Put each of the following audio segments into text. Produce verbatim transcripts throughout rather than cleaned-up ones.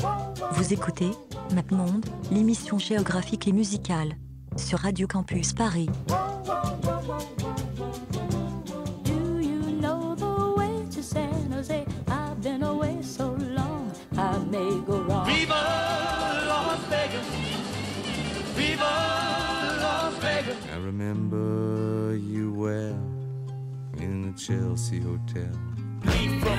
Vous écoutez MapMonde, l'émission géographique et musicale, sur Radio Campus Paris. Do you know the way to San Jose? I've been away so long, I may go wrong. Viva Las Vegas, Viva Las Vegas. I remember you well in the Chelsea Hotel. We from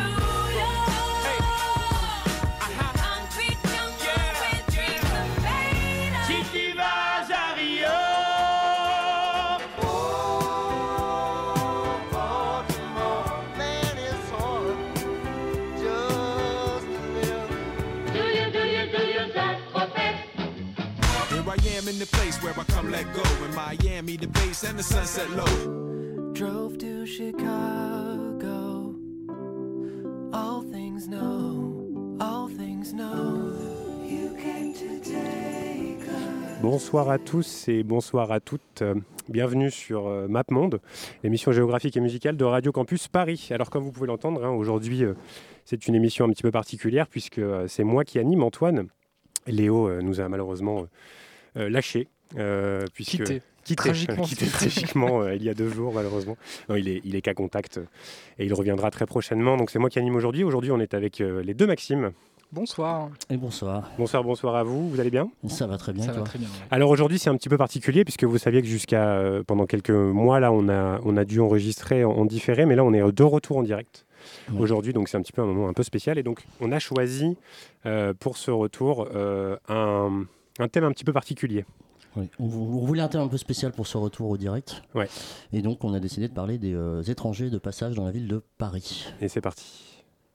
in the place where I come let go in Miami, the base and the sunset low. Drove to Chicago. All things know, all things know. You came to take us. Bonsoir à tous et bonsoir à toutes. Bienvenue sur euh, MapMonde, l'émission géographique et musicale de Radio Campus Paris. Alors comme vous pouvez l'entendre, hein, aujourd'hui euh, c'est une émission un petit peu particulière puisque euh, c'est moi qui anime, Antoine. Léo euh, nous a malheureusement... Euh, Euh, lâché, euh, puisque quitté, quitté tragiquement, quitté tragiquement euh, il y a deux jours malheureusement. Non, il est il est qu'à contact euh, et il reviendra très prochainement. Donc c'est moi qui anime aujourd'hui. Aujourd'hui on est avec euh, les deux Maxime. Bonsoir. Et bonsoir. Bonsoir, bonsoir à vous. Vous allez bien ? Ça va très bien. Ça toi va très bien. Ouais. Alors aujourd'hui c'est un petit peu particulier puisque vous saviez que jusqu'à euh, pendant quelques mois là on a on a dû enregistrer en, en différé, mais là on est de retour en direct. Ouais. Aujourd'hui, donc c'est un petit peu un moment un peu spécial et donc on a choisi euh, pour ce retour euh, un un thème un petit peu particulier. Oui. On, on voulait un thème un peu spécial pour ce retour au direct. Ouais. Et donc, on a décidé de parler des euh, étrangers de passage dans la ville de Paris. Et c'est parti.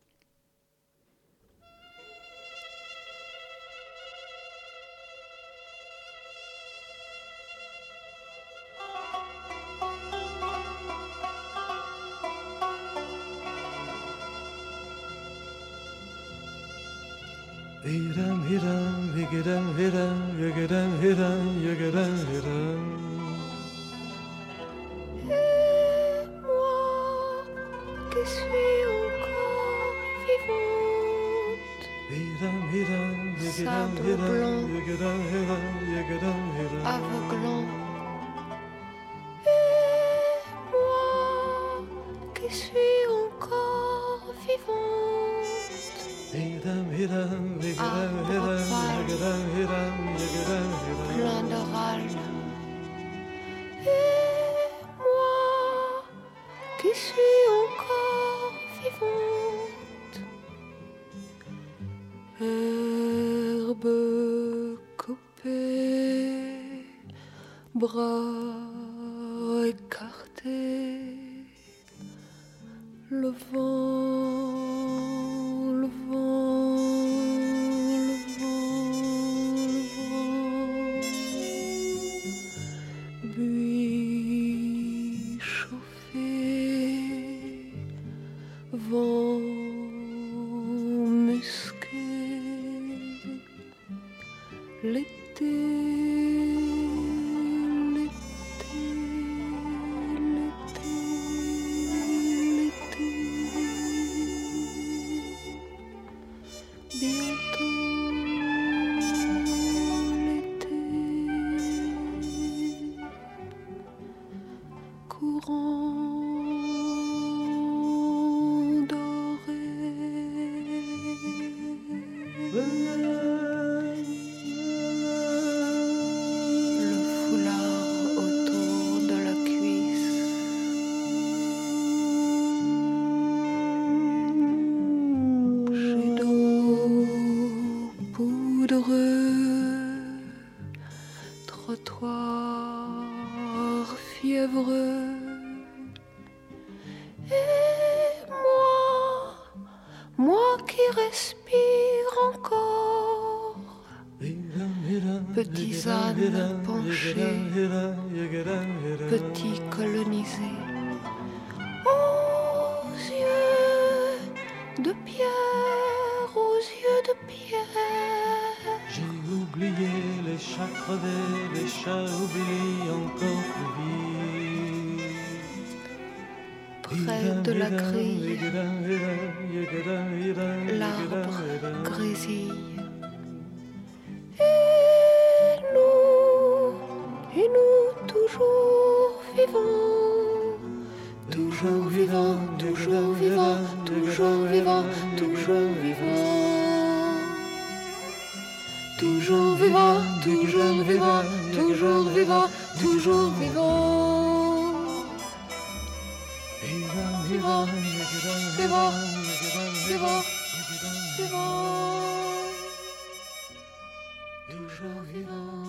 Hidam, hidam, higidam, hidam, higidam, hidam, higidam, hidam. Et moi qui suis encore vivante, Hidam, hidam, higidam, Sable hidam, blanc, higidam, hidam, higidam, hidam. aveuglant. Et moi qui suis encore vivante, Hidam, hidam, higidam, Arbre hidam, pâle, higidam, hidam, higidam, hidam. plein de râle. Et moi qui suis encore vivante, herbe coupée, bras écartés, le vent, le vent, le vent, le vent, buis chauffé, vent musqué, l'été, l'été, l'été, l'été. Bientôt l'été, courant doré. Le foulard autour de la cuisse. Jet d'eau poudreux, trottoir fiévreux. Et moi, moi qui respire encore, petits ânes penchés, petits colonisés, aux yeux de pierre, aux yeux de pierre. J'ai oublié les chats crevés, les chats oubliés encore plus vite. Près de la grille, l'arbre grésille. toujours vivant, toujours vivant. Toujours vivant, toujours vivant, toujours vivant, toujours vivant. Vivant, vivant, vivant, vivant, vivant. Toujours vivant.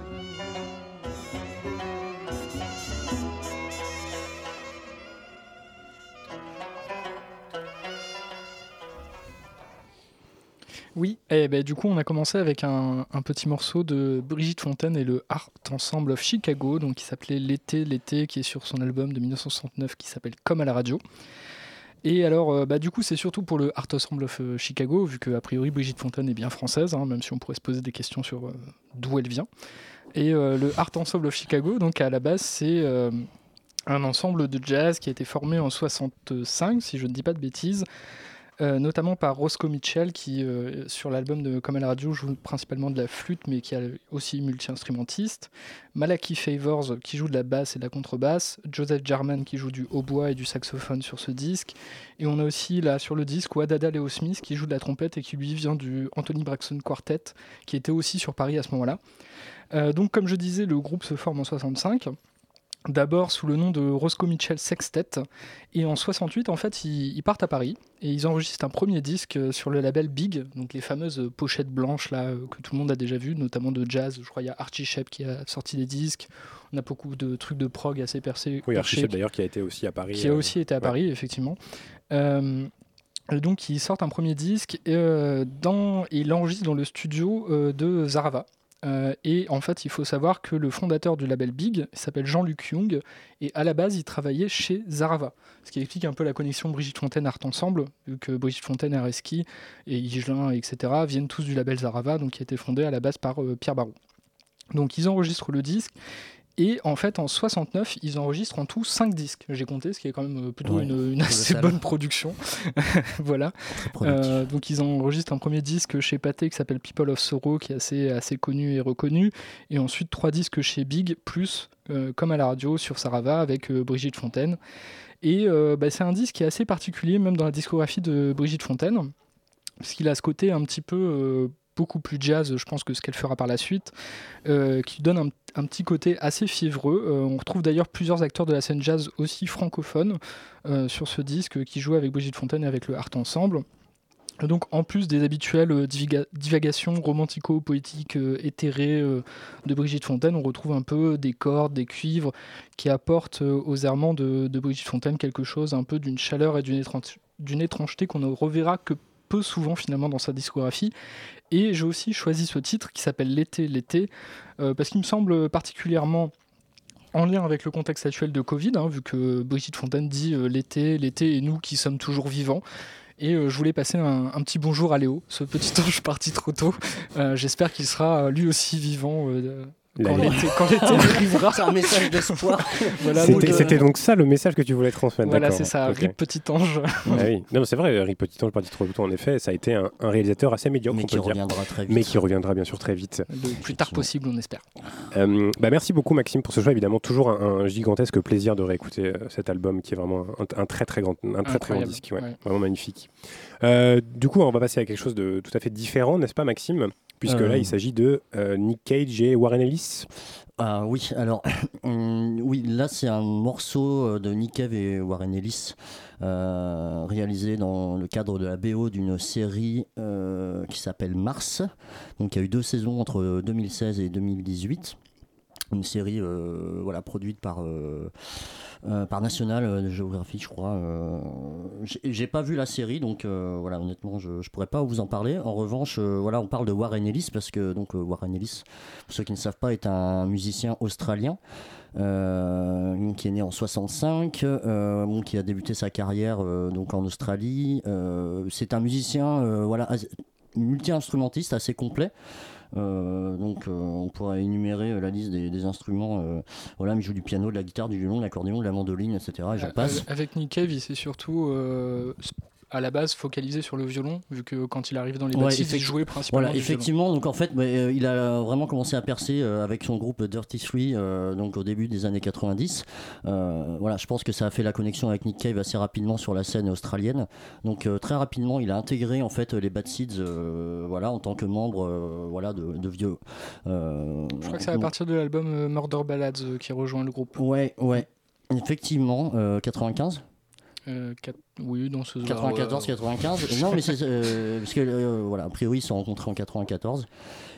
Oui, et ben, du coup on a commencé avec un, un petit morceau de Brigitte Fontaine et le Art Ensemble of Chicago, donc qui s'appelait L'été, l'été, qui est sur son album de dix-neuf cent soixante-neuf qui s'appelle Comme à la radio. Et alors euh, bah, du coup c'est surtout pour le Art Ensemble of euh, Chicago, vu qu'a priori Brigitte Fontaine est bien française, hein, même si on pourrait se poser des questions sur euh, d'où elle vient. Et euh, le Art Ensemble of Chicago, donc à la base c'est euh, un ensemble de jazz qui a été formé en soixante-cinq, si je ne dis pas de bêtises, Euh, notamment par Roscoe Mitchell qui euh, sur l'album de Comme à la radio joue principalement de la flûte mais qui est aussi multi-instrumentiste, Malachi Favors qui joue de la basse et de la contrebasse, Joseph Jarman qui joue du hautbois et du saxophone sur ce disque, et on a aussi là sur le disque Wadada Leo Smith qui joue de la trompette et qui lui vient du Anthony Braxton Quartet qui était aussi sur Paris à ce moment-là. Euh, donc comme je disais, le groupe se forme en soixante-cinq, d'abord sous le nom de Roscoe Mitchell Sextet, et en soixante-huit en fait ils, ils partent à Paris et ils enregistrent un premier disque sur le label Big, donc les fameuses pochettes blanches là que tout le monde a déjà vues, notamment de jazz. Je crois il y a Archie Shepp qui a sorti des disques, on a beaucoup de trucs de prog assez percés. Oui, Archie Shepp d'ailleurs qui a été aussi à Paris. Qui a euh, aussi été à ouais. Paris effectivement. Euh, donc ils sortent un premier disque et, euh, dans, et ils l'enregistrent dans le studio euh, de Zarava. Euh, et en fait, il faut savoir que le fondateur du label Big s'appelle Jean-Luc Young, et à la base, il travaillait chez Zarava. Ce qui explique un peu la connexion Brigitte Fontaine-Art Ensemble, vu que Brigitte Fontaine, Areski et Higelin, et cetera, viennent tous du label Zarava, donc qui a été fondé à la base par euh, Pierre Barou. Donc ils enregistrent le disque, et en fait, en soixante-neuf, ils enregistrent en tout cinq disques. J'ai compté, ce qui est quand même plutôt ouais, une, une assez bonne production. Voilà. Euh, donc, ils enregistrent un premier disque chez Pathé qui s'appelle People of Sorrow, qui est assez, assez connu et reconnu. Et ensuite, trois disques chez Big, plus euh, Comme à la radio sur Zarava avec euh, Brigitte Fontaine. Et euh, bah, c'est un disque qui est assez particulier, même dans la discographie de Brigitte Fontaine, parce qu'il a ce côté un petit peu. Euh, beaucoup plus jazz, je pense, que ce qu'elle fera par la suite, euh, qui donne un, un petit côté assez fiévreux. Euh, on retrouve d'ailleurs plusieurs acteurs de la scène jazz aussi francophones euh, sur ce disque qui jouent avec Brigitte Fontaine et avec le Art Ensemble. Et donc en plus des habituelles euh, divaga- divagations romantico-poétiques euh, éthérées euh, de Brigitte Fontaine, on retrouve un peu des cordes, des cuivres qui apportent euh, aux errements de, de Brigitte Fontaine quelque chose un peu d'une chaleur et d'une, étrange- d'une étrangeté qu'on ne reverra que peu souvent finalement dans sa discographie. Et j'ai aussi choisi ce titre qui s'appelle L'été, l'été, euh, parce qu'il me semble particulièrement en lien avec le contexte actuel de Covid, hein, vu que Brigitte Fontaine dit euh, l'été, l'été et nous qui sommes toujours vivants. Et euh, je voulais passer un, un petit bonjour à Léo, ce petit ange parti trop tôt. Euh, j'espère qu'il sera lui aussi vivant euh, quand, l'été, quand l'été arrivera. C'est un message d'espoir. Voilà, c'était, donc, euh... c'était donc ça le message que tu voulais transmettre. Voilà, d'accord. c'est ça, okay. Rip Petit Ange. Ah oui. Non, mais c'est vrai, Rip Petit Ange parti trop tôt, en effet, ça a été un, un réalisateur assez médiocre, mais on qui peut reviendra dire. Très vite. Mais qui reviendra bien sûr très vite. Le plus tard possible, on espère. Euh, bah merci beaucoup Maxime pour ce choix, évidemment toujours un, un gigantesque plaisir de réécouter euh, cet album qui est vraiment un, un très très grand, un très très grand disque, ouais, ouais. Vraiment magnifique. Euh, du coup, on va passer à quelque chose de tout à fait différent, n'est-ce pas Maxime ? Puisque euh... là, il s'agit de euh, Nick Cage et Warren Ellis. Ah oui, alors euh, oui, là c'est un morceau de Nick Cave et Warren Ellis euh, réalisé dans le cadre de la B O d'une série euh, qui s'appelle Mars. Donc il y a eu deux saisons entre deux mille seize et deux mille dix-huit. Une série euh, voilà, produite par, euh, euh, par National Geographic, je crois. Euh, j'ai, j'ai pas vu la série, donc euh, voilà, honnêtement, je, je pourrais pas vous en parler. En revanche, euh, voilà, on parle de Warren Ellis, parce que donc, euh, Warren Ellis, pour ceux qui ne savent pas, est un musicien australien euh, qui est né en soixante-cinq, euh, bon, qui a débuté sa carrière euh, donc en Australie. Euh, c'est un musicien euh, voilà, multi-instrumentiste assez complet. Euh, donc euh, on pourrait énumérer euh, la liste des, des instruments. Euh, voilà, mais il joue du piano, de la guitare, du violon, de l'accordéon, de la mandoline, et cetera. Et j'en passe. Avec Nick Cave, il s'est surtout euh, à la base focalisé sur le violon, vu que quand il arrive dans les Ouais, Bad Seeds, il effecti- jouait principalement Voilà, du effectivement, donc en fait, bah, euh, il a vraiment commencé à percer euh, avec son groupe Dirty Three, euh, donc au début des années quatre-vingt-dix. Euh, voilà, je pense que ça a fait la connexion avec Nick Cave assez rapidement sur la scène australienne. Donc euh, très rapidement, il a intégré en fait les Bad Seeds, euh, voilà, en tant que membre, euh, voilà, de, de vieux. Euh, Je crois que c'est à partir de l'album euh, Murder Ballads euh, qui rejoint le groupe. Ouais, ouais, effectivement, euh, quatre-vingt-quinze. Euh, quatre- Oui, dans ce quatre-vingt-quatorze quatre-vingt-quinze. Non, mais c'est euh, parce que euh, voilà, a priori ils se sont rencontrés en quatre-vingt-quatorze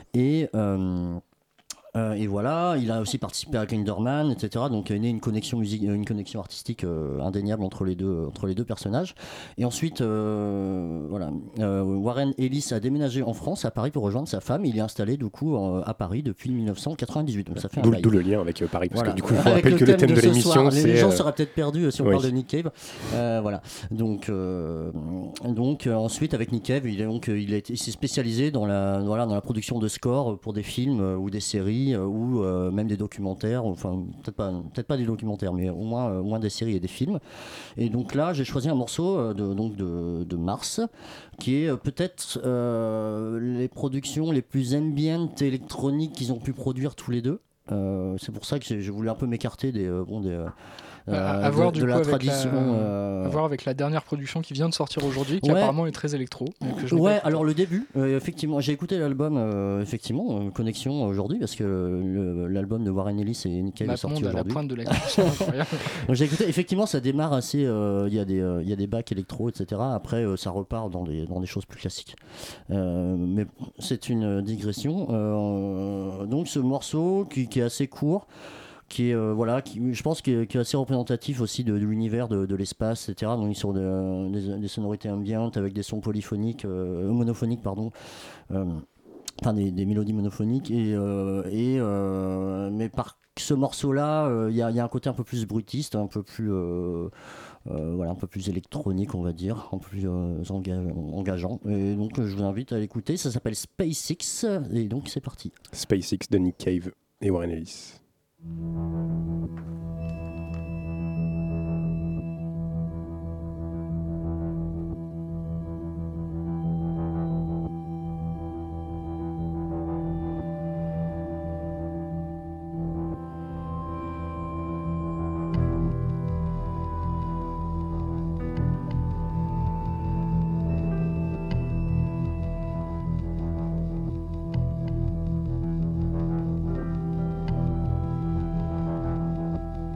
et euh, euh, et voilà, il a aussi participé à Kinderman, et cetera. Donc il y a né une connexion musique, une connexion artistique euh, indéniable entre les deux entre les deux personnages. Et ensuite, euh, voilà, euh, Warren Ellis a déménagé en France, à Paris, pour rejoindre sa femme. Il est installé du coup en- à Paris depuis mille neuf cent quatre-vingt-dix-huit. Donc ça fait un D'où, bail. d'où le lien avec euh, Paris, parce Voilà. que du coup, il faut Avec rappeler que le thème de, ce l'émission, soir, c'est. les gens euh, seraient peut-être perdus euh, si on oui. parle de Nick Cave. Euh, voilà. Donc, euh, donc euh, ensuite avec Nick Cave, il, est donc, euh, il, a été- il s'est spécialisé dans la, voilà, dans la production de scores pour des films euh, ou des séries euh, ou euh, même des documentaires. Enfin, peut-être pas, peut-être pas des documentaires, mais au moins, euh, au moins des séries et des films. Et donc là, j'ai choisi un morceau euh, de, donc de, de Mars, qui est euh, peut-être euh, les productions les plus ambient électroniques qu'ils ont pu produire tous les deux. Euh, c'est pour ça que j'ai, j'ai voulu un peu m'écarter des, euh, bon, des, euh, à, à de, voir, de du la coup, avec tradition. la, euh, à voir avec la dernière production qui vient de sortir aujourd'hui, qui Ouais. apparemment est très électro. mais que je n'ai pas Ouais, écouté. alors le début, euh, effectivement, j'ai écouté l'album, euh, effectivement, euh, Connexion aujourd'hui, parce que le- l'album de Warren Ellis et Nick Cave est Matt sorti Monde à la aujourd'hui. pointe de la culture, incroyable. Donc j'ai écouté, effectivement, ça démarre assez. euh, Il y a des, euh, il y a des bacs électro, et cetera. Après, euh, ça repart dans des, dans des choses plus classiques. Euh, mais c'est une digression. Euh, donc ce morceau qui, qui est assez court, qui est euh, voilà, qui, je pense qui est, qui est assez représentatif aussi de, de l'univers de, de l'espace, et cetera. Donc ils sont de- des, des sonorités ambiantes avec des sons polyphoniques, euh, monophoniques, pardon. Euh, Enfin, des, des mélodies monophoniques et, euh, et euh, mais par ce morceau-là, il euh, y, y a un côté un peu plus brutiste, un peu plus euh, euh, voilà, un peu plus électronique, on va dire, un peu plus euh, enga- engageant. Et donc je vous invite à l'écouter. Ça s'appelle SpaceX et donc c'est parti. SpaceX de Nick Cave et Warren Ellis. Thank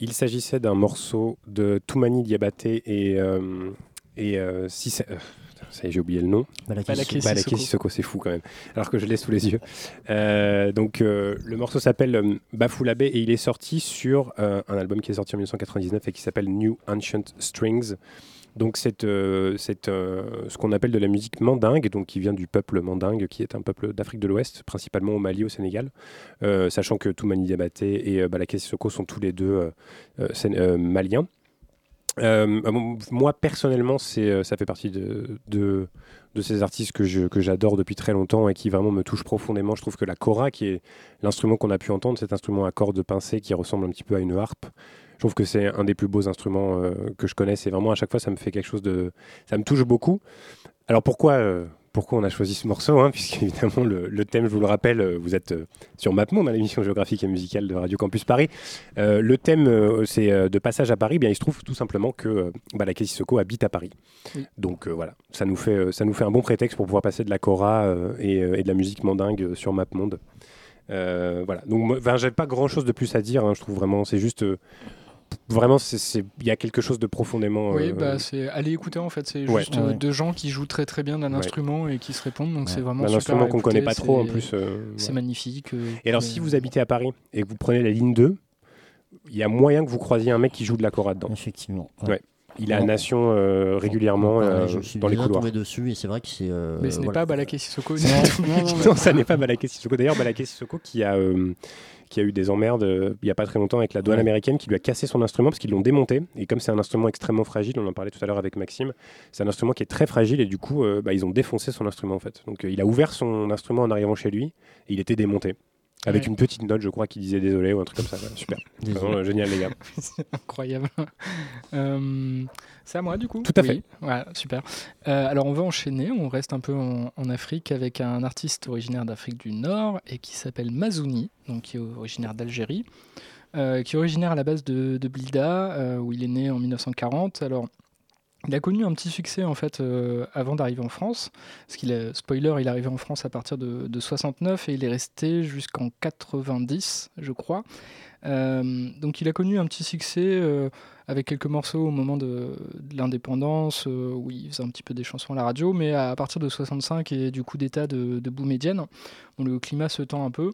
Il s'agissait d'un morceau de Toumani Diabaté et, euh, et euh, si c'est... euh, ça y est, j'ai oublié le nom. Balaké Balaké Sissoko, c'est fou quand même. Alors que je l'ai sous les yeux. Euh, donc euh, le morceau s'appelle euh, Bafoulabé et il est sorti sur euh, un album qui est sorti en dix-neuf cent quatre-vingt-dix-neuf et qui s'appelle New Ancient Strings. Donc c'est, euh, c'est euh, ce qu'on appelle de la musique mandingue, donc qui vient du peuple mandingue, qui est un peuple d'Afrique de l'Ouest, principalement au Mali, au Sénégal, euh, sachant que Toumani Diabaté et euh, Balaké Sissoko sont tous les deux euh, euh, sén- euh, maliens. Euh, moi personnellement, c'est, ça fait partie de, de, de ces artistes que, je, que j'adore depuis très longtemps et qui vraiment me touchent profondément. Je trouve que la kora, qui est l'instrument qu'on a pu entendre, cet instrument à cordes pincées qui ressemble un petit peu à une harpe, je trouve que c'est un des plus beaux instruments euh, que je connaisse et vraiment à chaque fois ça me fait quelque chose de... ça me touche beaucoup. Alors pourquoi, euh, pourquoi on a choisi ce morceau hein, puisqu'évidemment le, le thème, je vous le rappelle, euh, vous êtes euh, sur MapMonde, à l'émission géographique et musicale de Radio Campus Paris. Euh, le thème euh, c'est euh, de passage à Paris. Bien, il se trouve tout simplement que euh, Balaké Sissoko habite à Paris. Oui. Donc euh, voilà, ça nous, fait, euh, ça nous fait un bon prétexte pour pouvoir passer de la kora euh, et, euh, et de la musique mandingue sur MapMonde. Euh, voilà, donc j'ai pas grand chose de plus à dire, hein, je trouve vraiment, c'est juste... Euh, Vraiment, il y a quelque chose de profondément. Oui, euh... bah, c'est aller écouter en fait. C'est ouais. juste euh, ouais. deux gens qui jouent très très bien d'un ouais. instrument et qui se répondent. Donc ouais. c'est vraiment un super. Un instrument qu'on ne connaît pas c'est... trop en plus. Euh, c'est ouais. magnifique. Euh, et alors, si vous habitez à Paris et que vous prenez la ligne deux, il y a moyen que vous croisiez un mec qui joue de la kora dedans. Effectivement. Ouais. ouais. Il est à Nation euh, régulièrement ouais, euh, je suis dans les couloirs. tombé dessus et c'est vrai que c'est. Euh, Mais ce n'est voilà. pas Balaké Sissoko. non, non, non, non, ça n'est pas Balaké Sissoko. D'ailleurs, Balaké Sissoko qui a. Euh, qui a eu des emmerdes euh, il n'y a pas très longtemps avec la douane ouais. américaine qui lui a cassé son instrument parce qu'ils l'ont démonté. Et comme c'est un instrument extrêmement fragile, on en parlait tout à l'heure avec Maxime, c'est un instrument qui est très fragile et du coup, euh, bah, ils ont défoncé son instrument en fait. Donc euh, il a ouvert son instrument en arrivant chez lui et il était démonté. Avec ouais. une petite note, je crois, qui disait désolé ou un truc comme ça. Ouais, super. Vraiment, euh, génial, les gars. C'est incroyable. Euh, c'est à moi, du coup. Tout à oui. fait. Ouais, super. Euh, alors, on va enchaîner. On reste un peu en, en Afrique avec un artiste originaire d'Afrique du Nord et qui s'appelle Mazouni, donc qui est originaire d'Algérie, euh, qui est originaire à la base de, de Blida, euh, où il est né en dix-neuf cent quarante. Alors, il a connu un petit succès en fait euh, avant d'arriver en France, parce qu'il est, spoiler, il est arrivé en France à partir de, de soixante-neuf et il est resté jusqu'en quatre-vingt-dix, je crois. Euh, donc il a connu un petit succès euh, avec quelques morceaux au moment de, de l'indépendance, euh, où il faisait un petit peu des chansons à la radio, mais à partir de soixante-cinq et du coup d'état de, de Boumedienne, bon, le climat se tend un peu.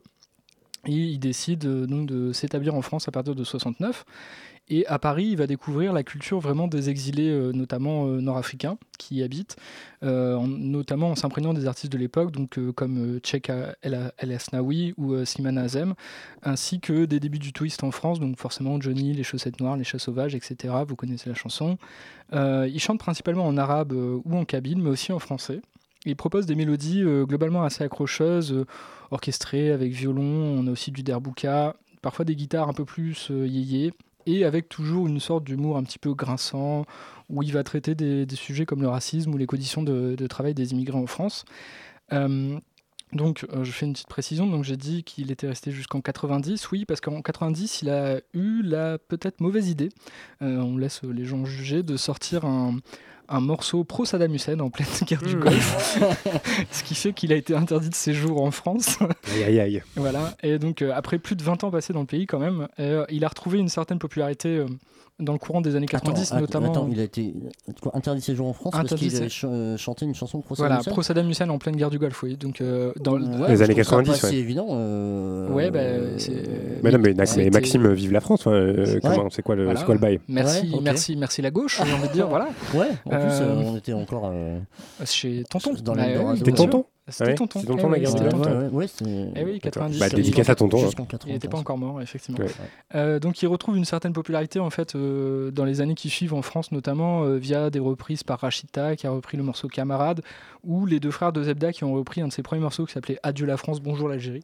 Et il décide euh, donc de s'établir en France à partir de soixante-neuf. Et à Paris, il va découvrir la culture vraiment des exilés, euh, notamment euh, nord-africains, qui y habitent, euh, en, notamment en s'imprégnant des artistes de l'époque, donc euh, comme euh, Cheikh El, El Asnaoui ou euh, Slimane Azem, ainsi que des débuts du twist en France, donc forcément Johnny, Les Chaussettes Noires, Les Chats Sauvages, et cetera. Vous connaissez la chanson. Euh, il chante principalement en arabe euh, ou en kabyle, mais aussi en français. Il propose des mélodies euh, globalement assez accrocheuses, euh, orchestrées avec violon, on a aussi du derbouka, parfois des guitares un peu plus euh, yéyé, et avec toujours une sorte d'humour un petit peu grinçant, où il va traiter des, des sujets comme le racisme ou les conditions de, de travail des immigrés en France. Euh, donc, euh, je fais une petite précision, donc j'ai dit qu'il était resté jusqu'en quatre-vingt-dix, oui, parce qu'en quatre-vingt-dix, il a eu la peut-être mauvaise idée, euh, on laisse les gens juger, de sortir un... un morceau pro-Saddam Hussein en pleine guerre du Golfe, ce qui fait qu'il a été interdit de séjour en France. Aïe, aïe, aïe. Voilà. Et donc, euh, après plus de vingt ans passés dans le pays, quand même, euh, il a retrouvé une certaine popularité euh, dans le courant des années quatre-vingt-dix, attends, notamment. Attends, il a été quoi, interdit de séjour en France interdit parce qu'il a ch- euh, chanté une chanson pro-Saddam Voilà, Hussein. pro-Saddam Hussein en pleine guerre du Golfe, oui. Donc, euh, dans ouais, les années quatre-vingt-dix, c'est ouais. évident. Euh, ouais, bah, c'est. Mais non, mais, mais c'était... Maxime, vive la France. Euh, ouais. comment, c'est quoi le, voilà. c'est quoi le bail? Merci, ouais, okay. merci, merci la gauche, j'ai envie de dire, voilà. Ouais, en euh... plus, euh, on était encore. Euh... Chez Tonton. Dans bah, l'Eldorado. C'était Tonton? C'était ouais, Tonton. C'est Tonton eh la oui, guerre du Golfe. Golfe. Ouais, ouais, ouais, c'est... Eh oui, quatre-vingt-dix. Bah, dédicace à Tonton. Il n'était pas encore mort, effectivement. Ouais. Euh, donc il retrouve une certaine popularité en fait euh, dans les années qui suivent en France, notamment euh, via des reprises par Rachita qui a repris le morceau Camarade, ou les deux frères de Zebda qui ont repris un de ses premiers morceaux qui s'appelait Adieu la France, bonjour l'Algérie.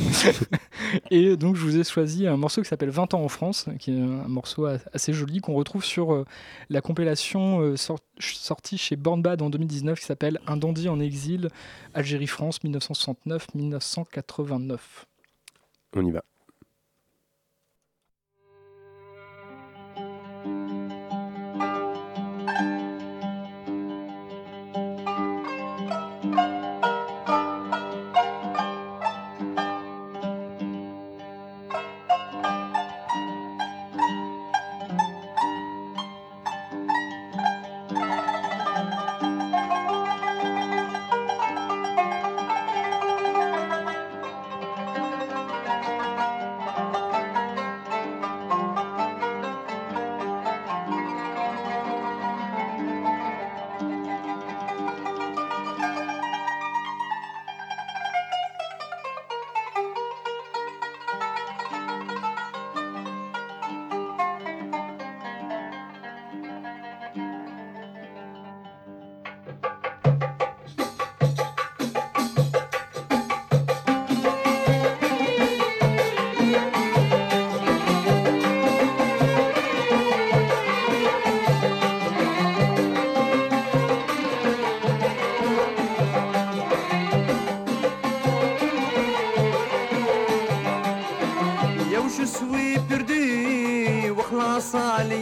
Et donc je vous ai choisi un morceau qui s'appelle vingt ans en France, qui est un morceau assez joli qu'on retrouve sur euh, la compilation euh, sort- sortie chez Born Bad en deux mille dix-neuf qui s'appelle Un dandy en exil, Algérie-France dix-neuf cent soixante-neuf à dix-neuf cent quatre-vingt-neuf. On y va.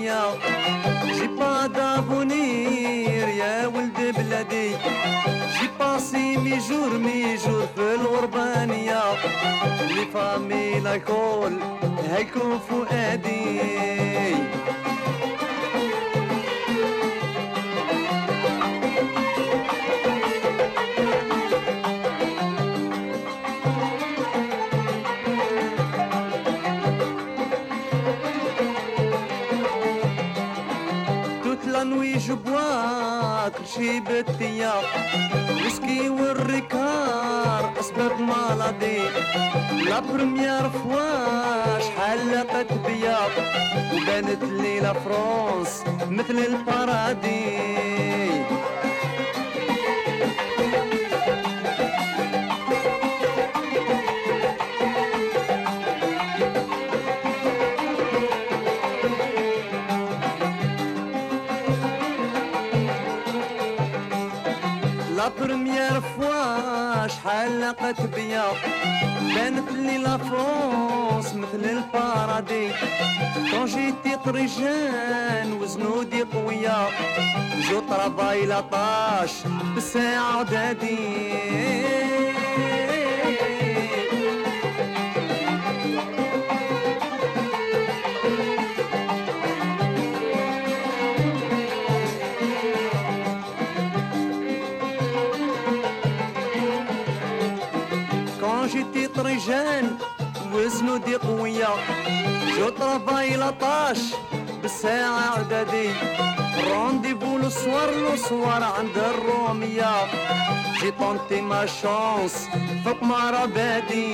الدنيا جي با دافونير يا ولد بلادي جي باسي مي جور مي جور في الغربانية لي فامي لايكول هيكون فؤادي je bois كل شي بالتيا ويسكي والريكار اسباب مالادي لا بريمير فوا شحال لاقت بيا وبانت لي لا فرونس مثل البارادي La première fois شحال لاقت بيا بانت لي لا فرونس مثل البارادي كون جيتي طريجان وزنودي قوية جو طراباي لاطاش بالساعة ودادي جيتي طريجان وزنودي قوية جو طرافاي لاطاش بالساعة عدادي رونديفو لو سوار لو سوار عند الرومية جي طونتي ما شانس فوق مرابادي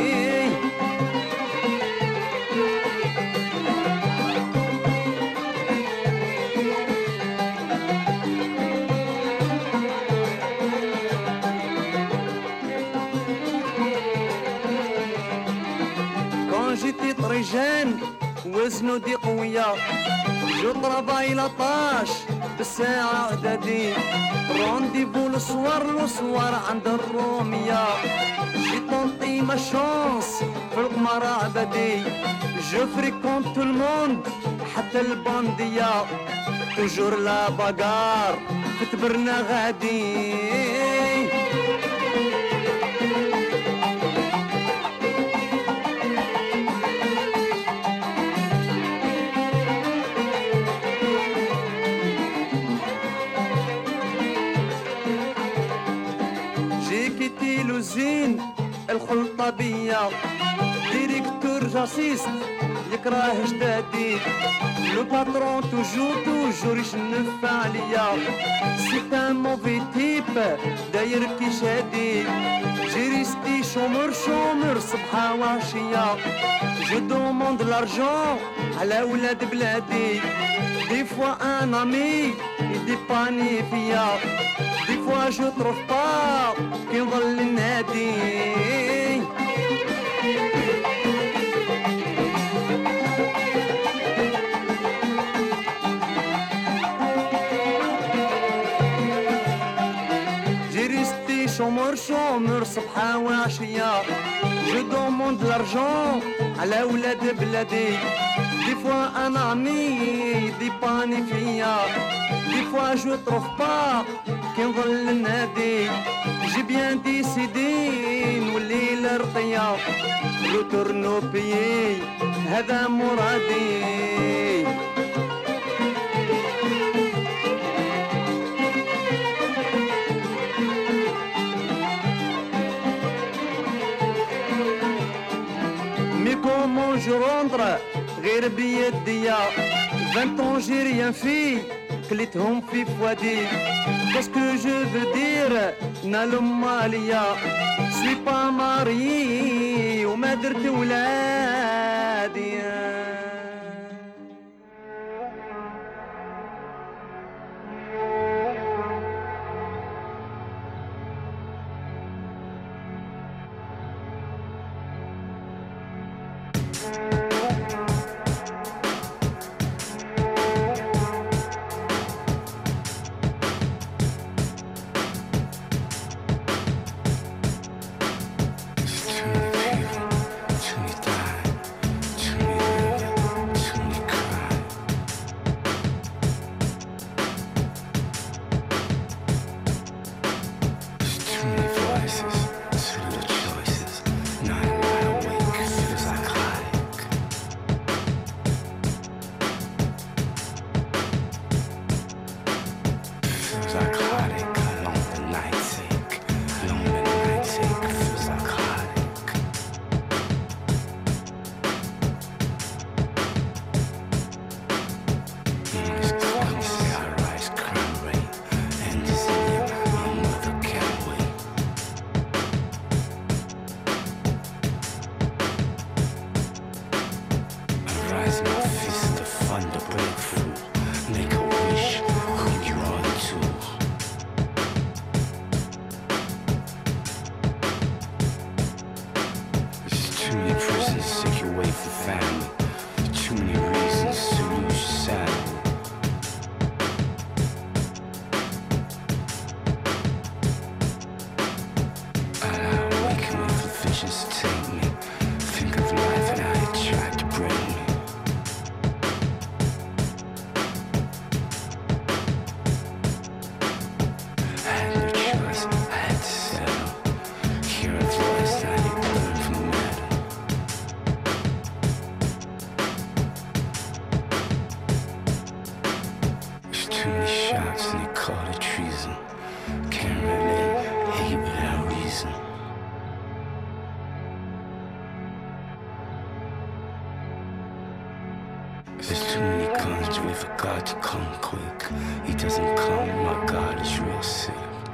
جيتي طريجان وزنودي قوية جو طرافاي لاطاش بالساعة عدادي رونديفو لصوار لصوار عند الرومية جي طونطي ما شانس في القمر عبدي جو فريكونت تو الموند حتى الباندية توجور لا باغار في تبرنا غادي لوزين الخلطة بيا ديريكتور جاسيست يكره جدادي لو باترون توجور توجور يشنف عليا سي ان موفي تيب داير كي شادي جيريستي شومر شومر صبحا وعشية جو دوموند لارجون على ولاد بلادي دي فوا ان امي يديباني فيا دي فوا جو تروف با كي نظل النادي جيريستي شومر شومر صبحا وعشية جو دوموند لارجون على ولاد بلادي دي فوا انا عمي دي باني فيا دي فوا جو تروف با كي نظل النادي جي بيان ديسيدي نولي لرقية لو تورنو بيي هذا مرادي مي كومون جو روندر غير بيديا vingt ans j'ai rien fait كليتهم في فوادي Qu'est-ce que je veux dire نالم ماليا سوي با ماري وما درت ولادي Truly die, truly live. too many shots and they call it treason. Can't really hate without reason. There's too many guns to wait for God to come quick. He doesn't come, my God is real sick.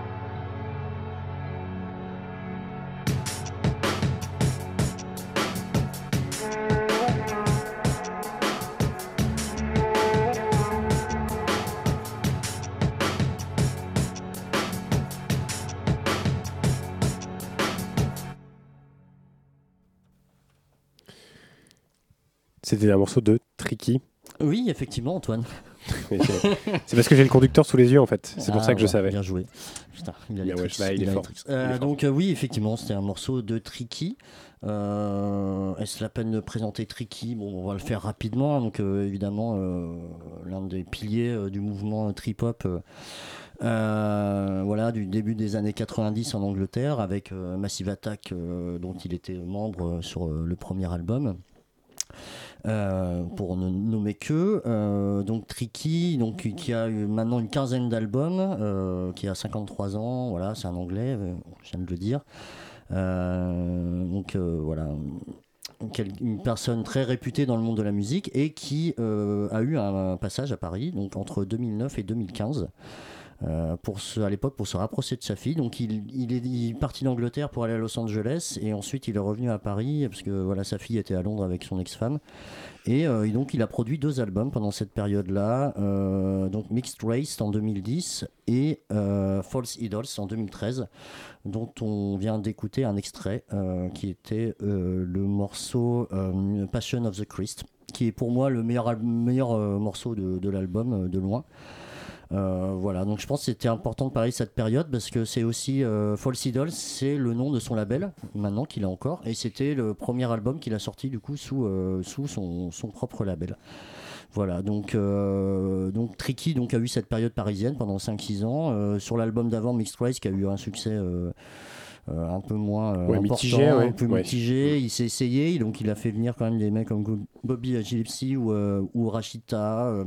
C'était un morceau de Tricky. Oui, effectivement, Antoine. C'est parce que j'ai le conducteur sous les yeux, en fait. C'est pour ah, ça que ouais, je savais. Bien joué. Putain, il a les tricks, ouais, bah, il, il est a fort. les tricks. Il est Euh, fort. donc euh, oui, effectivement, c'était un morceau de Tricky. Euh, est-ce la peine de présenter Tricky? Bon, on va le faire rapidement. Donc euh, évidemment, euh, l'un des piliers euh, du mouvement trip-hop. Euh, Euh, voilà, du début des années quatre-vingt-dix en Angleterre, avec euh, Massive Attack, euh, dont il était membre sur euh, le premier album. Euh, pour ne nommer que euh, donc Tricky, donc qui a eu maintenant une quinzaine d'albums, euh, qui a cinquante-trois ans, voilà, c'est un anglais, euh, je viens de le dire. Euh, donc euh, voilà, une personne très réputée dans le monde de la musique et qui euh, a eu un passage à Paris, donc entre deux mille neuf et deux mille quinze. Euh, pour se, à l'époque pour se rapprocher de sa fille, donc il, il, est, il est parti d'Angleterre pour aller à Los Angeles et ensuite il est revenu à Paris parce que voilà, sa fille était à Londres avec son ex-femme et, euh, et donc il a produit deux albums pendant cette période là, euh, donc Mixed Race en deux mille dix et euh, False Idols en deux mille treize, dont on vient d'écouter un extrait euh, qui était euh, le morceau euh, Passion of the Christ, qui est pour moi le meilleur, meilleur euh, morceau de, de l'album euh, de loin. Euh, voilà, donc je pense que c'était important de parler de cette période parce que c'est aussi euh, False Idols, c'est le nom de son label maintenant qu'il a encore, et c'était le premier album qu'il a sorti du coup sous, euh, sous son, son propre label. Voilà, donc, euh, donc Tricky donc, a eu cette période parisienne pendant cinq six ans. Euh, sur l'album d'avant, Mixed Race, qui a eu un succès euh, euh, un peu moins euh, ouais, important, mitigé, ouais. un peu ouais. mitigé. Il s'est essayé, donc il a fait venir quand même des mecs comme Bobby Gillespie ou, euh, ou Rashida. Euh,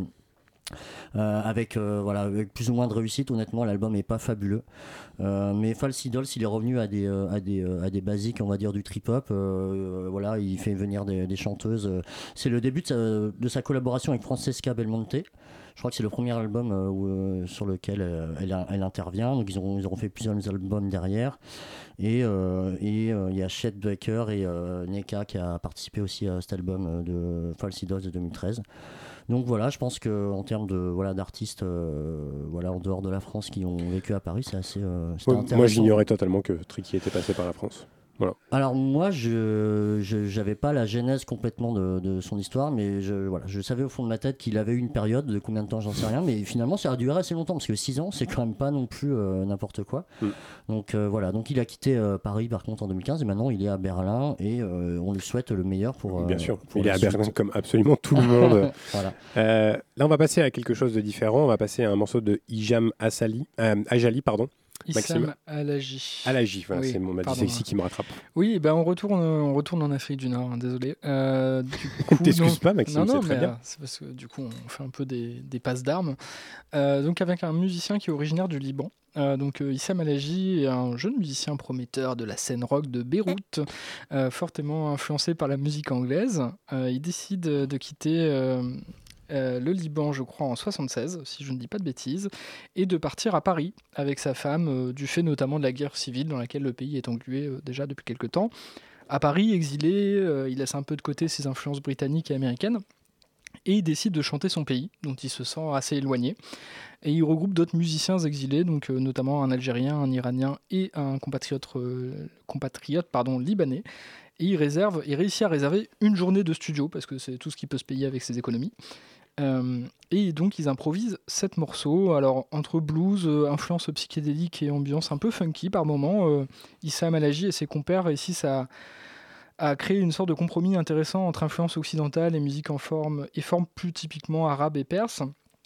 Euh, avec, euh, voilà, avec plus ou moins de réussite. Honnêtement, l'album est pas fabuleux, euh, mais False Idols, il est revenu à des, euh, à des, euh, à des basiques, on va dire, du trip-hop. Euh, voilà, il fait venir des, des chanteuses. C'est le début de sa, de sa collaboration avec Francesca Belmonte. Je crois que c'est le premier album euh, où, euh, sur lequel euh, elle, elle intervient. Donc ils ont, ils auront fait plusieurs albums derrière. Et il euh, et, euh, y a Chet Baker et euh, Neka qui a participé aussi à cet album de False Idols de deux mille treize. Donc voilà, je pense qu'en termes de, voilà, d'artistes euh, voilà, en dehors de la France qui ont vécu à Paris, c'est assez euh, ouais, intéressant. Moi j'ignorais totalement que Tricky était passé par la France. Voilà. Alors moi, je n'avais pas la genèse complètement de, de son histoire, mais je, voilà, je savais au fond de ma tête qu'il avait eu une période, de combien de temps, j'en sais rien, mais finalement ça a duré assez longtemps, parce que six ans, c'est quand même pas non plus euh, n'importe quoi. Mm. Donc euh, voilà, donc il a quitté euh, Paris par contre en deux mille quinze, et maintenant il est à Berlin, et euh, on lui souhaite le meilleur pour... Euh, Bien sûr, pour il est à suite. Berlin comme absolument tout le monde. Voilà. Euh, là on va passer à quelque chose de différent, on va passer à un morceau de Ijam Asali, euh, Ajali, pardon. Issam Alaji. Alaji, voilà, oui, c'est mon ma dyslexie qui me rattrape. Oui, ben on retourne, on retourne en Afrique du Nord, hein, désolé. Euh, T'excuses pas, Maxime, non, non, c'est très mais, bien. Euh, c'est parce que du coup, on fait un peu des, des passes d'armes. Euh, donc avec un musicien qui est originaire du Liban. Euh, donc euh, Issam Alaji est un jeune musicien prometteur de la scène rock de Beyrouth, euh, fortement influencé par la musique anglaise. Euh, il décide de quitter... Euh, Euh, le Liban, je crois, en soixante-seize, si je ne dis pas de bêtises, et de partir à Paris avec sa femme, euh, du fait notamment de la guerre civile dans laquelle le pays est englué euh, déjà depuis quelque temps. À Paris, exilé, euh, il laisse un peu de côté ses influences britanniques et américaines, et il décide de chanter son pays, dont il se sent assez éloigné. Et il regroupe d'autres musiciens exilés, donc euh, notamment un Algérien, un Iranien et un compatriote, euh, compatriote pardon, libanais. Et il, réserve, il réussit à réserver une journée de studio, parce que c'est tout ce qu'il peut se payer avec ses économies. Euh, et donc ils improvisent sept morceaux, alors entre blues, euh, influence psychédélique et ambiance un peu funky par moments. euh, Issam Alaji et ses compères réussissent à, à créer une sorte de compromis intéressant entre influence occidentale et musique en forme, et forme plus typiquement arabe et perse.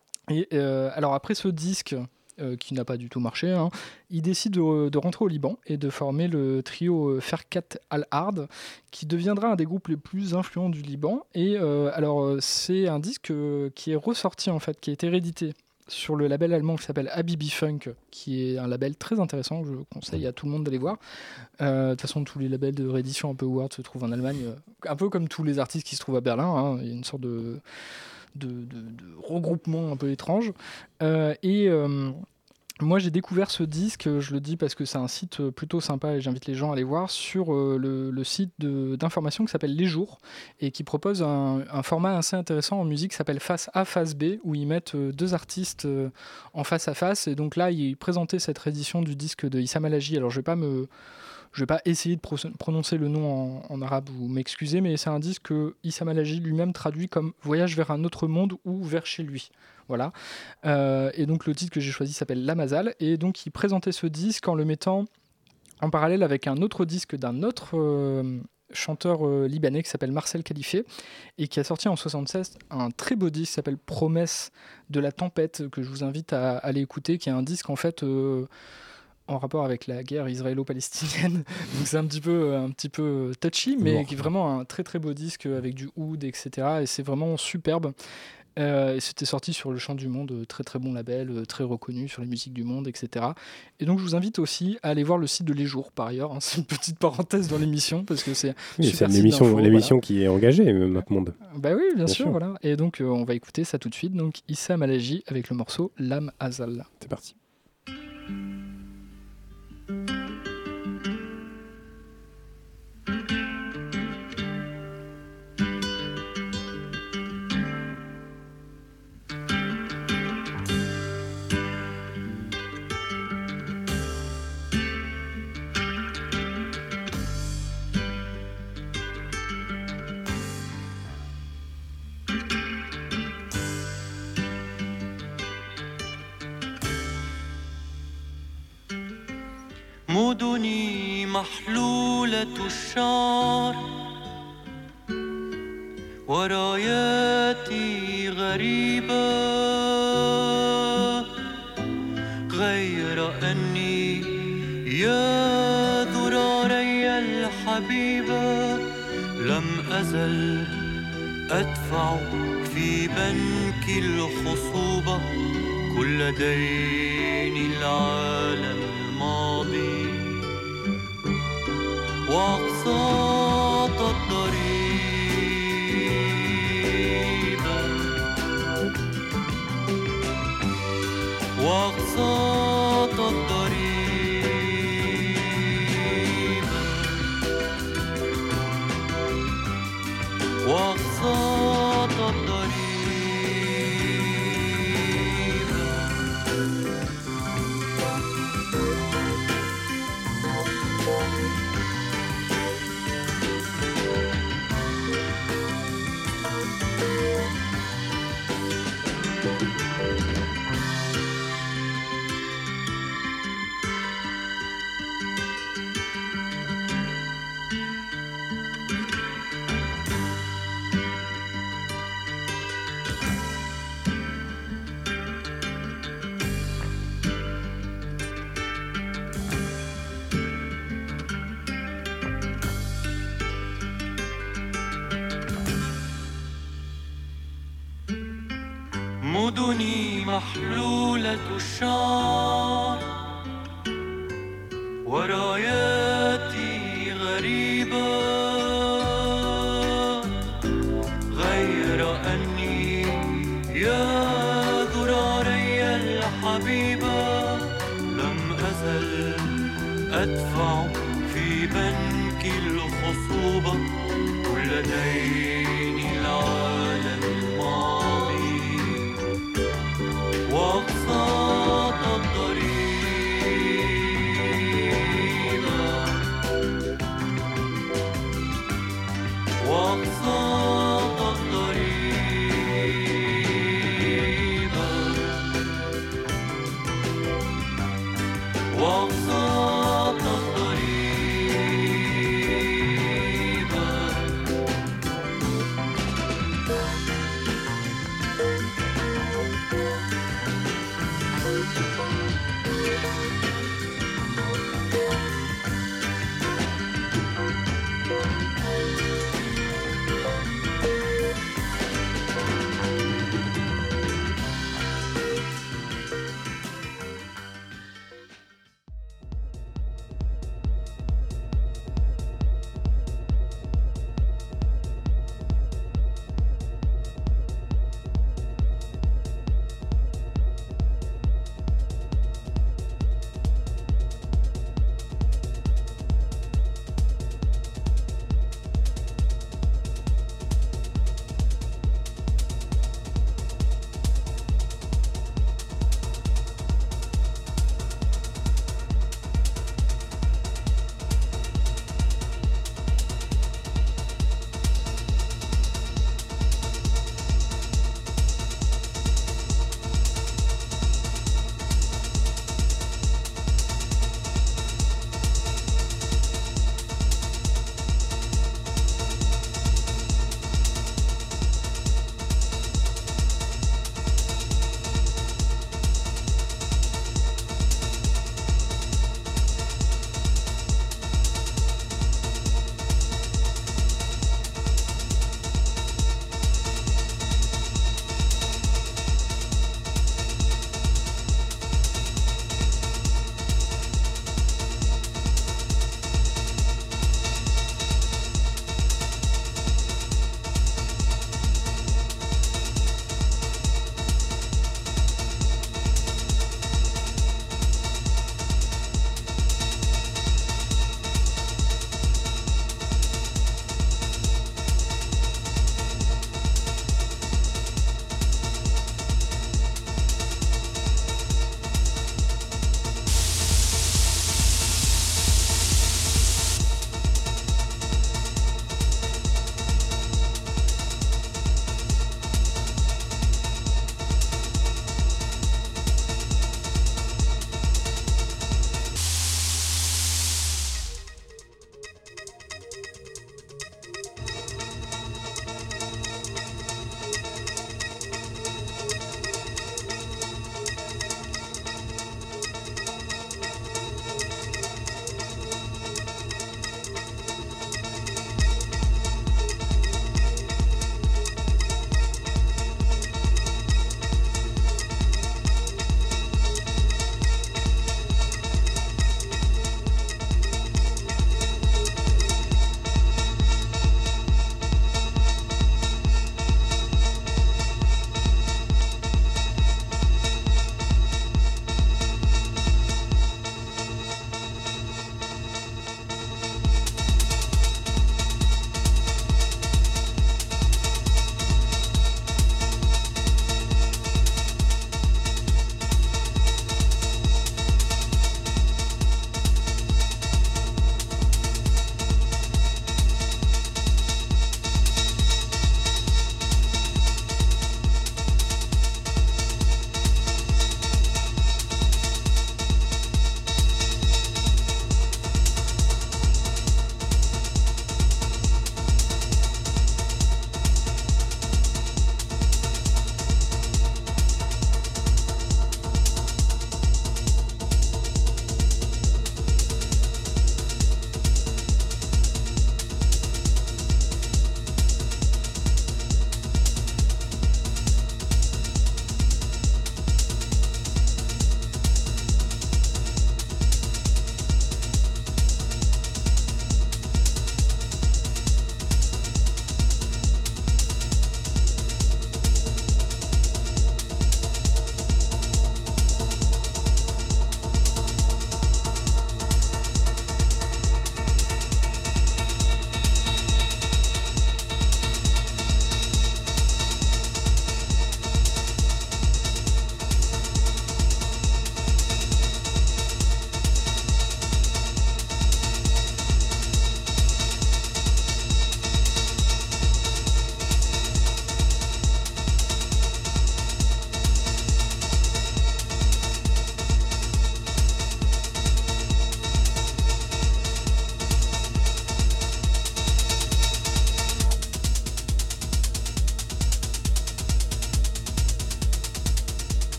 Et euh, alors après ce disque, euh, qui n'a pas du tout marché, hein, il décide de, de rentrer au Liban et de former le trio Ferkat Al-Hard, qui deviendra un des groupes les plus influents du Liban. Et euh, alors c'est un disque euh, qui est ressorti en fait, qui a été réédité sur le label allemand qui s'appelle Habibi Funk, qui est un label très intéressant, je conseille à tout le monde d'aller voir. Euh, de toute façon, tous les labels de réédition un peu weird se trouvent en Allemagne, euh, un peu comme tous les artistes qui se trouvent à Berlin, hein. Il y a une sorte de, de, de, de regroupement un peu étrange. Euh, et... Euh, Moi, j'ai découvert ce disque, je le dis parce que c'est un site plutôt sympa et j'invite les gens à aller voir, sur euh, le, le site de, d'information qui s'appelle Les Jours et qui propose un, un format assez intéressant en musique qui s'appelle Face A, Face B, où ils mettent euh, deux artistes euh, en face à face. Et donc là, ils présentaient cette réédition du disque de Issam Alaji. Alors, je ne vais pas me... Je vais pas essayer de pro- prononcer le nom en, en arabe, vous m'excusez, mais c'est un disque que Issam Alaji lui-même traduit comme « Voyage vers un autre monde » ou « Vers chez lui ». Voilà. Euh, et donc le titre que j'ai choisi s'appelle La Mazal. Et donc il présentait ce disque en le mettant en parallèle avec un autre disque d'un autre euh, chanteur euh, libanais qui s'appelle Marcel Khalife et qui a sorti en soixante-seize un très beau disque qui s'appelle Promesse de la tempête, que je vous invite à, à aller écouter, qui est un disque en fait... Euh, en rapport avec la guerre israélo-palestinienne. Donc c'est un petit peu, un petit peu touchy, mais bon, qui est vraiment un très très beau disque avec du oud, et cetera. Et c'est vraiment superbe. Euh, et c'était sorti sur le Chant du Monde, très très bon label, très reconnu sur les musiques du monde, et cetera. Et donc je vous invite aussi à aller voir le site de Les Jours, par ailleurs. Hein. C'est une petite parenthèse dans l'émission, parce que c'est oui, super c'est l'émission, d'infos, l'émission voilà. qui est engagée, MapMonde. Bah oui, bien, bien sûr, sûr, voilà. Et donc euh, on va écouter ça tout de suite. Donc Issam Alaji avec le morceau L'âme Azal. C'est parti. مدني محلولة الشعر وراياتي غريبة غير أني يا ذراري الحبيبة لم أزل أدفع في بنك الخصوبة كل دين العالم الماضي وأقساط الضريبة وأقساط الضريبة وأقساط الضريبة مدني محلولة الشعر وراياتي غريبة غير أني يا ذراري الحبيبة لم أزل أدفع في بنك الخصوبة كل دين العالم الماضي وأقساط الضريبة وأقساط الضريبة وأقساط الضريبة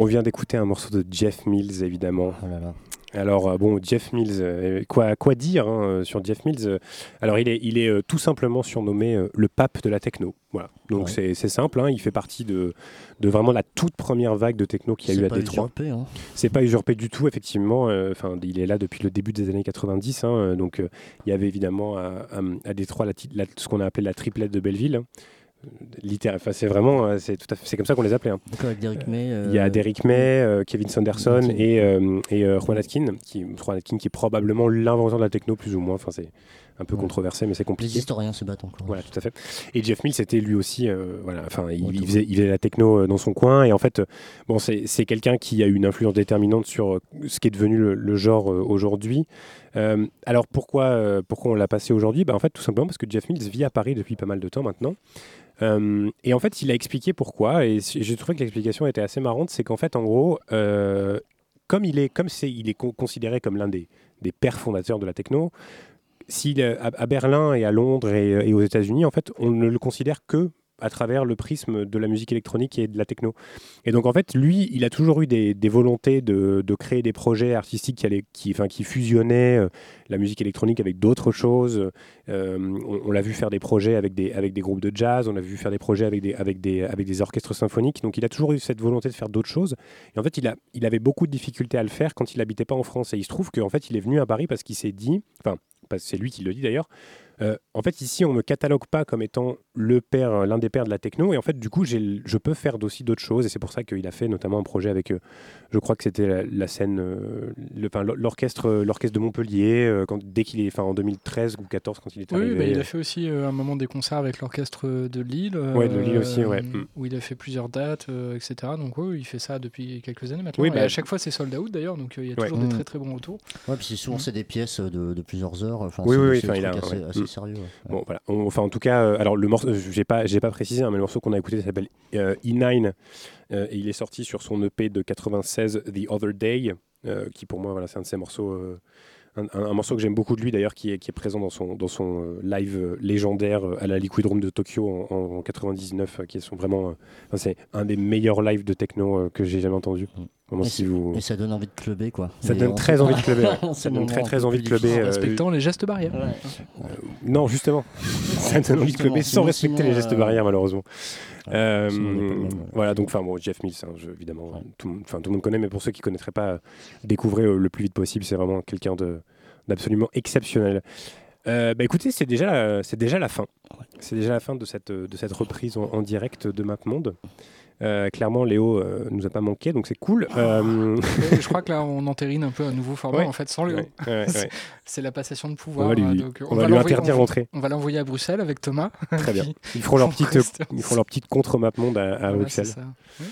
On vient d'écouter un morceau de Jeff Mills, évidemment. Oh là là. Alors, euh, bon, Jeff Mills, euh, quoi, quoi dire hein, sur Jeff Mills euh, Alors, il est, il est euh, tout simplement surnommé euh, le pape de la techno. Voilà. Donc, Ouais. c'est, c'est simple. Hein, il fait partie de, de vraiment la toute première vague de techno qu'il y a C'est eu à pas Détroit. usurpé, hein. C'est pas usurpé du tout, effectivement. Enfin, il est là depuis le début des années quatre-vingt-dix. Hein, euh, donc, euh, il y avait évidemment à, à, à Détroit la, ti- la- ce qu'on a appelé la triplette de Belleville. Hein. Littéral, enfin, c'est vraiment, euh, c'est tout à fait, c'est comme ça qu'on les appelait. Hein. Donc avec Derrick May. Euh, il y a Derrick May, euh, Kevin Sanderson Martin. et, euh, et euh, Juan Atkin, qui, Juan Atkin qui est probablement l'inventeur de la techno plus ou moins. Enfin, c'est un peu Ouais. controversé, mais c'est compliqué. Les historiens se battent encore. Voilà, tout à fait. Et Jeff Mills, c'était lui aussi, euh, voilà, enfin, il, Ouais, il, faisait, il faisait la techno euh, dans son coin. Et en fait, euh, bon, c'est, c'est quelqu'un qui a eu une influence déterminante sur euh, ce qui est devenu le, le genre euh, aujourd'hui. Euh, alors pourquoi, euh, pourquoi on l'a passé aujourd'hui bah, en fait, tout simplement parce que Jeff Mills vit à Paris depuis pas mal de temps maintenant. Euh, et en fait, il a expliqué pourquoi. Et j'ai trouvé que l'explication était assez marrante. C'est qu'en fait, en gros, euh, comme il est, comme c'est, il est con- considéré comme l'un des, des pères fondateurs de la techno, s'il est à, à Berlin et à Londres et, et aux États-Unis, en fait, on ne le considère que à travers le prisme de la musique électronique et de la techno. Et donc, en fait, lui, il a toujours eu des, des volontés de, de créer des projets artistiques qui, allaient, qui, enfin, qui fusionnaient euh, la musique électronique avec d'autres choses. Euh, on, on l'a vu faire des projets avec des, avec des groupes de jazz, on l'a vu faire des projets avec des, avec, des, avec des orchestres symphoniques. Donc, il a toujours eu cette volonté de faire d'autres choses. Et en fait, il, a, il avait beaucoup de difficultés à le faire quand il n'habitait pas en France. Et il se trouve qu'en fait, il est venu à Paris parce qu'il s'est dit... Enfin, c'est lui qui le dit d'ailleurs. Euh, en fait, ici, on ne me catalogue pas comme étant le père, l'un des pères de la techno. Et en fait, du coup, j'ai, je peux faire aussi d'autres choses. Et c'est pour ça qu'il a fait notamment un projet avec, euh, je crois que c'était la, la scène, euh, le, enfin, l'orchestre, l'orchestre de Montpellier, euh, quand, dès qu'il est, enfin, en deux mille treize ou quatorze, quand il est Oui, arrivé. bah, il a fait aussi euh, un moment des concerts avec l'orchestre de Lille. Euh, Ouais, de Lille aussi, ouais. Mm. Où il a fait plusieurs dates, euh, et cetera. Donc, oui, il fait ça depuis quelques années maintenant. Oui, Et bah, à chaque fois, c'est sold out d'ailleurs. Donc, euh, il y a ouais. toujours Mm. des très très bons retours. Ouais, puis souvent, Mm. c'est des pièces de, de plusieurs heures. Enfin, Oui, c'est, oui, oui, c'est enfin, des il a- trucs assez, ouais. assez Mm. sérieux. Ouais. Bon, voilà. On- enfin, en tout cas, euh, alors le morceau, j'ai pas, j'ai pas précisé, hein, mais le morceau qu'on a écouté s'appelle euh, E neuf euh, et il est sorti sur son E P de quatre-vingt-seize, The Other Day, euh, qui pour moi, voilà, c'est un de ses morceaux, euh, un, un- un morceau que j'aime beaucoup de lui d'ailleurs, qui est, qui est présent dans son, dans son euh, live euh, légendaire euh, à la Liquid Room de Tokyo en, en, en quatre-vingt-dix-neuf, euh, qui sont vraiment, euh, enfin, c'est un des meilleurs lives de techno euh, que j'ai jamais entendu. Mm. Vraiment, Et, si c'est- vous... et ça donne envie de clubber, quoi. Ça Et donne on très sait envie pas- de clubber. ouais. C'est Ça le donne moment très un très peu envie plus de clubber. En difficile. euh, respectant les gestes barrières. Ouais. Non, justement. Ça donne envie de Justement, clubber sans sinon- respecter sinon, les gestes euh, barrières, malheureusement. Ouais, Euh, sinon, on est pas le même, ouais. voilà, donc, enfin, bon, Jeff Mills, hein, je- évidemment, Ouais. tout, le monde- enfin, tout le monde connaît, mais pour ceux qui ne connaîtraient pas, euh, découvrez euh, le plus vite possible. C'est vraiment quelqu'un de, d'absolument exceptionnel. Euh, bah écoutez, c'est déjà, euh, c'est déjà la fin. C'est déjà la fin de cette, de cette reprise en, en direct de MapMonde. Euh, clairement, Léo euh, nous a pas manqué, donc c'est cool. Euh, Et je crois que là, on entérine un peu un nouveau format, Ouais. en fait, sans le ouais, ouais, c'est, ouais. c'est la passation de On pouvoir. va lui, hein, donc, on va lui l'envoyer- interdire on va- d'entrer. On va l'envoyer à Bruxelles avec Thomas. Très bien. Qui- Ils feront leur en petite, prestance. ils feront leur petite contre MapMonde à, à Voilà, Bruxelles. c'est ça. Oui.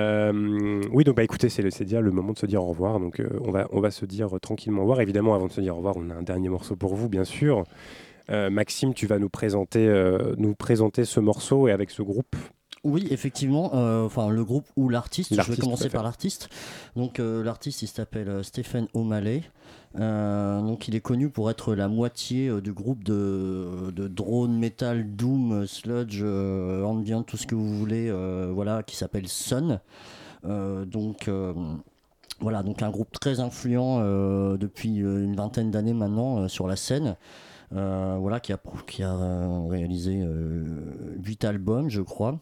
Euh, oui, donc bah écoutez, c'est, le- c'est déjà le moment de se dire au revoir. Donc euh, on va on va se dire euh, tranquillement au revoir. Évidemment, avant de se dire au revoir, on a un dernier morceau pour vous, bien sûr. Euh, Maxime, tu vas nous présenter euh, nous présenter ce morceau et avec ce groupe. Oui, effectivement, euh, enfin le groupe ou l'artiste, je L'artiste, vais commencer tout à fait. par l'artiste. Donc euh, l'artiste il s'appelle euh, Stephen O'Malley. Euh, donc il est connu pour être la moitié euh, du groupe de, de drone metal, doom, sludge, euh, ambient, tout ce que vous voulez, euh, voilà, qui s'appelle Sun. Euh, donc euh, voilà, donc un groupe très influent euh, depuis euh, une vingtaine d'années maintenant euh, sur la scène. Euh, voilà, qui a, qui a euh, réalisé euh, huit albums, je crois.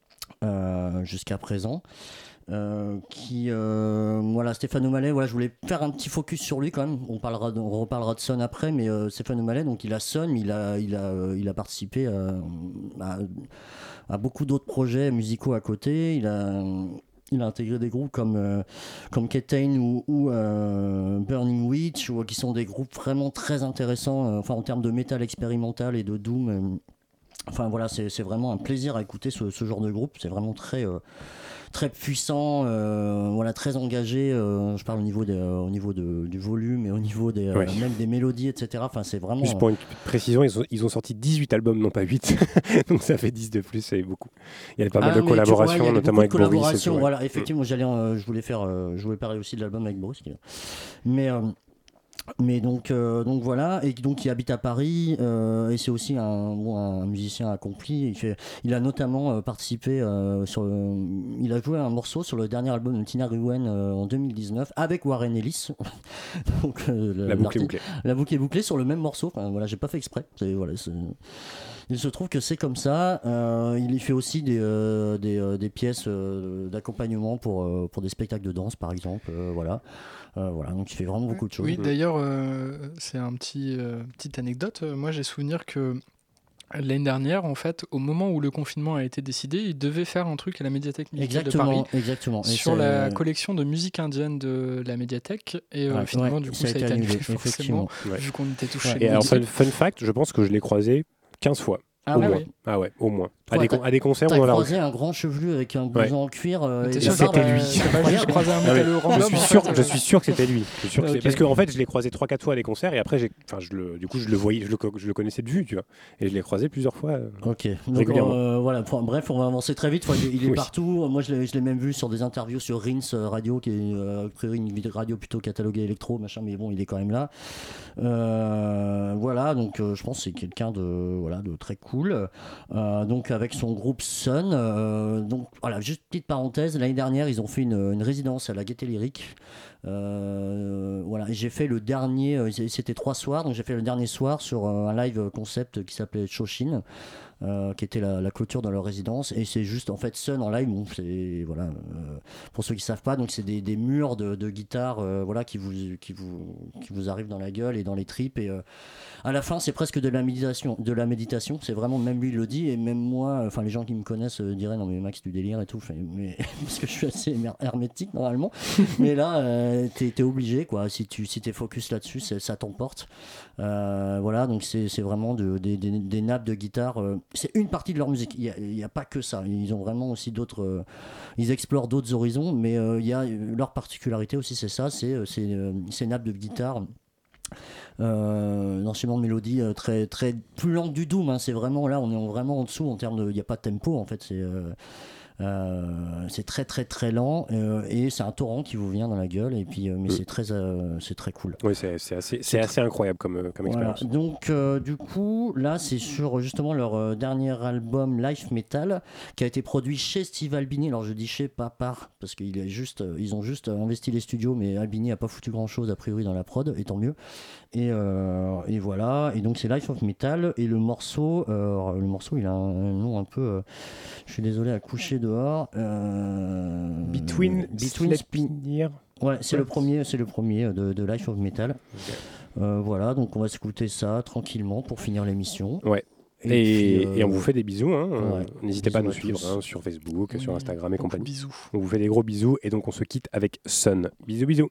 Euh, jusqu'à présent euh, qui euh, voilà Stephen O'Malley, voilà, je voulais faire un petit focus sur lui quand même, on parlera de, on reparlera de Sun après, mais euh, Stephen O'Malley, donc il a Sun, mais il a, il a, euh, il a participé à, à, à beaucoup d'autres projets musicaux à côté. Il a il a intégré des groupes comme, euh, comme Ketane ou, ou euh, Burning Witch, ou, qui sont des groupes vraiment très intéressants, euh, enfin, en termes de métal expérimental et de doom. euh, Enfin voilà, c'est, c'est vraiment un plaisir à écouter ce, ce genre de groupe. C'est vraiment très, euh, très puissant, euh, voilà, très engagé. Euh, je parle au niveau, des, euh, au niveau de, du volume et au niveau des, euh, Ouais. même des mélodies, et cetera. Enfin, c'est vraiment. Juste pour une petite précision, ils ont, ils ont sorti dix-huit albums, non pas huit. Donc ça fait dix de plus, c'est beaucoup. Il y a pas mal Ah, de mais tu vois, collaborations, il y a notamment avec beaucoup de Boris. et tout, collaborations, ouais. voilà, effectivement, j'allais, euh, je voulais faire, euh, je voulais parler aussi de l'album avec Boris. qui- Mais euh, Mais donc, euh, donc voilà, et donc il habite à Paris, euh, et c'est aussi un, bon, un musicien accompli. Il, fait, il a notamment euh, participé euh, sur le, il a joué un morceau sur le dernier album de Tina Ruwen euh, en deux mille dix-neuf avec Warren Ellis. donc, euh, le, La boucle est bouclée. La boucle est bouclée sur le même morceau. Enfin, voilà, j'ai pas fait exprès. C'est, voilà, c'est... Il se trouve que c'est comme ça. Euh, il fait aussi des, euh, des, euh, des pièces euh, d'accompagnement pour, euh, pour des spectacles de danse, par exemple. Euh, voilà. Euh, voilà, donc il fait vraiment beaucoup de choses. Oui, d'ailleurs, euh, c'est un petit euh, petite anecdote. Moi, j'ai souvenir que l'année dernière, en fait, au moment où le confinement a été décidé, il devait faire un truc à la médiathèque musicale de Paris, exactement. Et sur c'est... la collection de musique indienne de la médiathèque. Et euh, ouais, finalement, ouais, du coup, ça a été annulé, forcément, ouais. vu qu'on était touchés. Ouais. Et alors, fun, fun fact, je pense que je l'ai croisé quinze fois. Ah au ouais, moins. oui. Ah ouais, au moins. Toi, à, des con- à des concerts t'as ou dans la rue. croisé un grand chevelu avec un blouson Ouais. en cuir. Euh, T'es et sûr la que barbe, c'était euh, lui. c'est T'as pas juste incroyable. croisé un Ah métalleux ouais. random Je suis en sûr, fait, je euh. suis sûr que c'était lui. Je suis sûr que Ok. c'est- Parce qu'en fait, je l'ai croisé trois quatre fois à des concerts et après, j'ai... Enfin, je le... du coup, je le voyais, je le, co- je le connaissais de vue, tu vois. Et je l'ai croisé plusieurs fois. euh, Ok, donc régulièrement. euh, voilà, pour- bref, on va avancer très vite. Enfin, il est- il est Oui. partout. Moi, je l'ai, je l'ai même vu sur des interviews sur Rins euh, Radio, qui est euh, a priori une vidéo radio plutôt cataloguée électro, machin, mais bon, il est quand même là. Euh, voilà, donc euh, je pense que c'est quelqu'un de, voilà, de très cool. Euh, donc, avec son groupe Sun. euh, donc, voilà, juste petite parenthèse. L'année dernière, ils ont fait une, une résidence à la Gaîté Lyrique. Euh, voilà, et j'ai fait le dernier, euh, c'était trois soirs, donc j'ai fait le dernier soir sur euh, un live concept qui s'appelait Choshin, euh, qui était la, la clôture dans leur résidence, et c'est juste en fait Sun en live. Bon, c'est voilà, euh, pour ceux qui savent pas, donc c'est des, des murs de, de guitare, euh, voilà, qui vous qui vous qui vous arrivent dans la gueule et dans les tripes, et euh, à la fin c'est presque de la méditation, de la méditation. C'est vraiment, même lui il le dit, et même moi, enfin les gens qui me connaissent euh, diraient non mais Max du délire et tout, enfin, mais parce que je suis assez her- hermétique normalement, mais là euh, t'es, t'es obligé quoi. Si tu si t'es focus là-dessus, c'est, ça t'emporte. Euh, voilà, donc c'est, c'est vraiment de, des, des, des nappes de guitare. Euh, c'est une partie de leur musique. Il n'y a, a pas que ça. Ils ont vraiment aussi d'autres. Euh, ils explorent d'autres horizons, mais il euh, y a leur particularité aussi, c'est ça, c'est, c'est euh, ces nappes de guitare. Euh, un enchaînement de mélodie euh, très très plus lent que du doom. Hein, c'est vraiment là, on est vraiment en dessous en termes de. Il n'y a pas de tempo en fait. C'est euh, Euh, c'est très très très lent euh, et c'est un torrent qui vous vient dans la gueule, et puis euh, mais Mm. c'est très euh, c'est très cool. Oui, c'est, c'est assez, c'est assez incroyable comme, euh, comme Voilà. expérience. Donc euh, du coup là c'est sur justement leur euh, dernier album Life Metal, qui a été produit chez Steve Albini. Alors je dis chez, pas par, parce qu'il est juste euh, ils ont juste euh, investi les studios, mais Albini a pas foutu grand chose a priori dans la prod, et tant mieux. Et, euh, et voilà, et donc c'est Life of Metal, et le morceau euh, le morceau il a un, un nom un peu euh, je suis désolé, à coucher dehors. Euh, Between, Between Spin. Sleipnir. Ouais, c'est Ouais. le premier, c'est le premier de, de Life of Metal. Ok. Euh, voilà, donc on va s'écouter ça tranquillement pour finir l'émission. Ouais. Et, Et, puis, euh, et on vous fait des bisous. Hein. ouais. N'hésitez pas à nous Bisous à suivre tous. hein, sur Facebook, Oui, sur Instagram et beaucoup de compagnie. bisous. On vous fait des gros bisous, et donc on se quitte avec Sun. Bisous, bisous.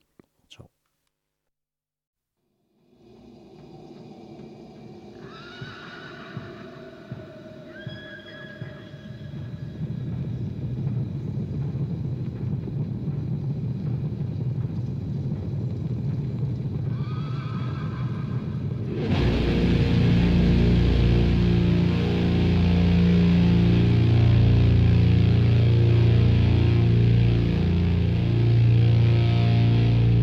Thank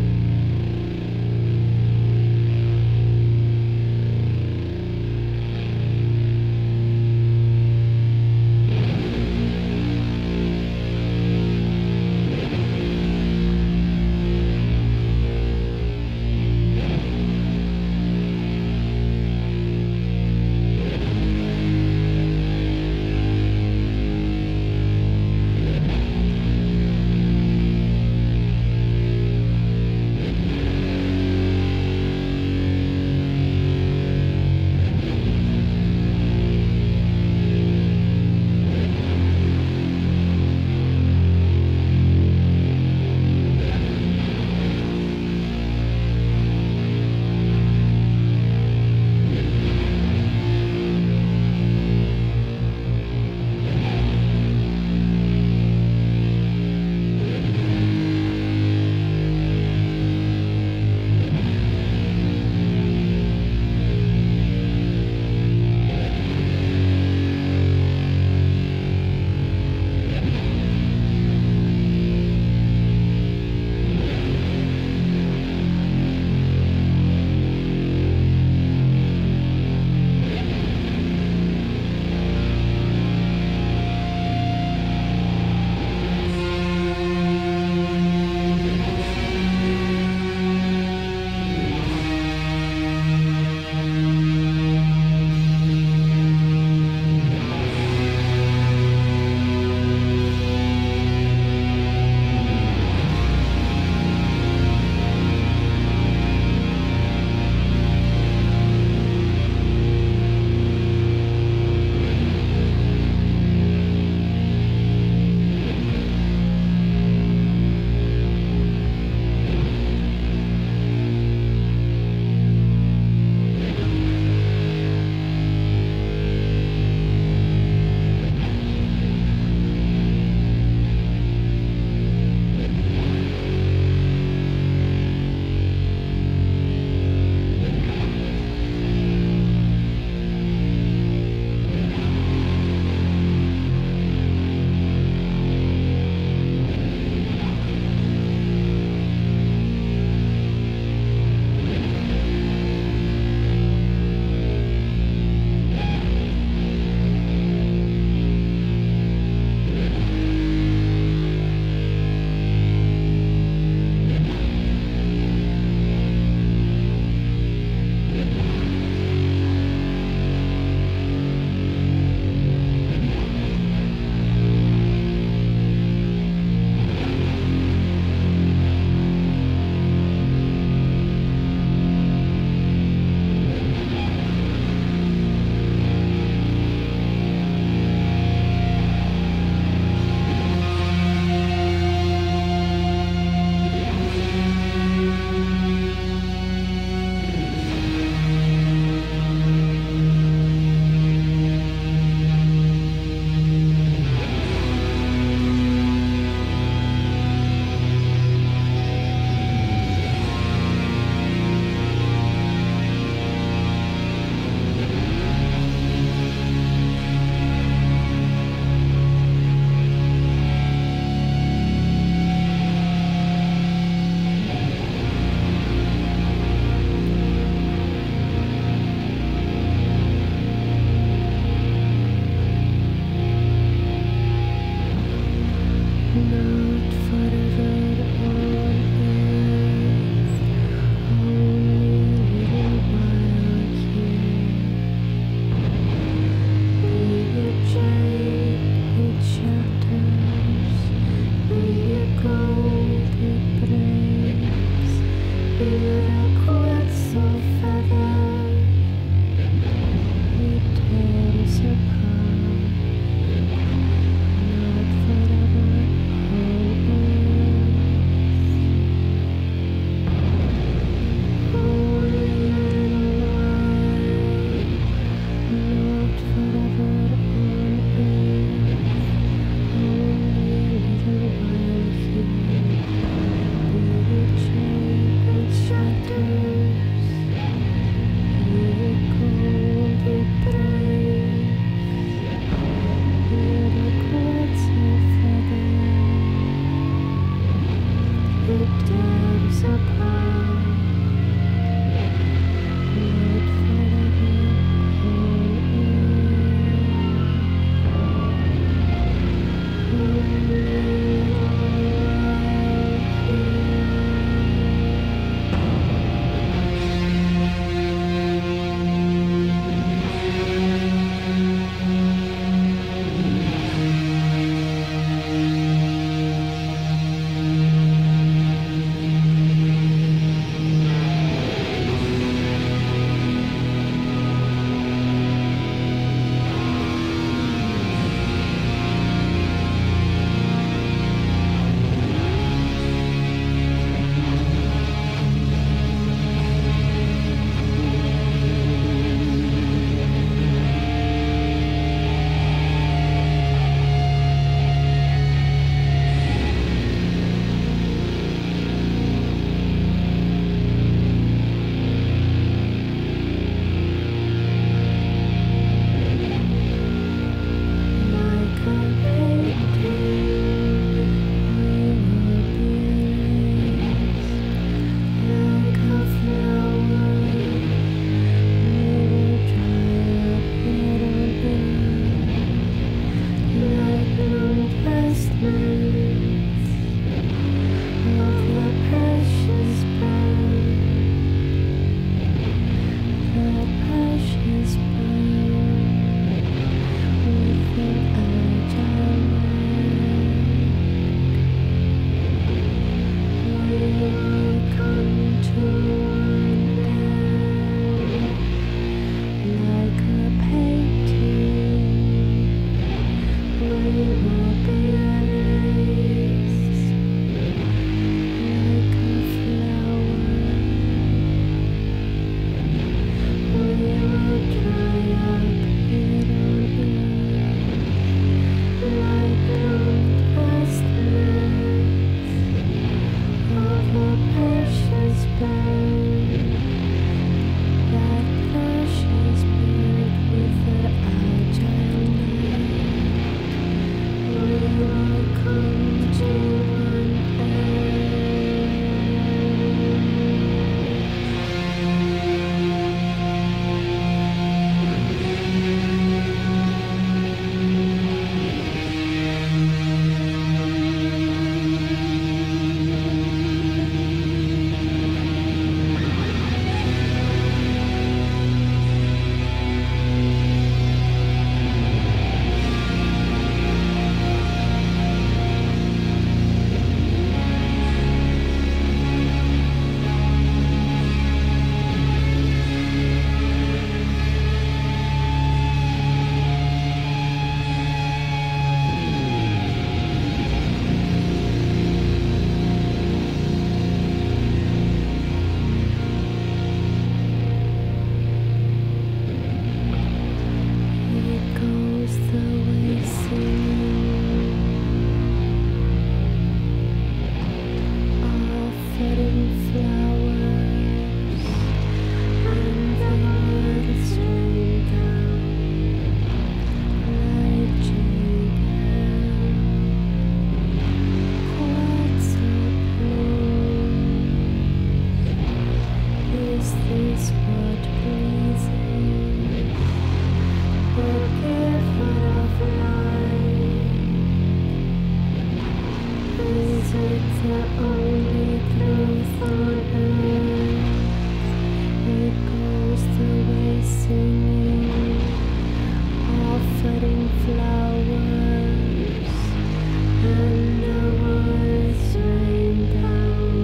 the only truth on earth. It goes the way singing, offering flowers, and the words rain down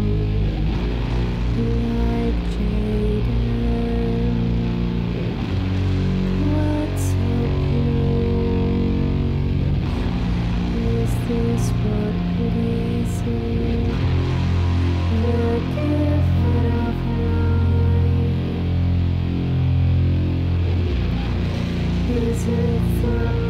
like Jaden. What's so blue? Is this what pleases the gift of life? Is it the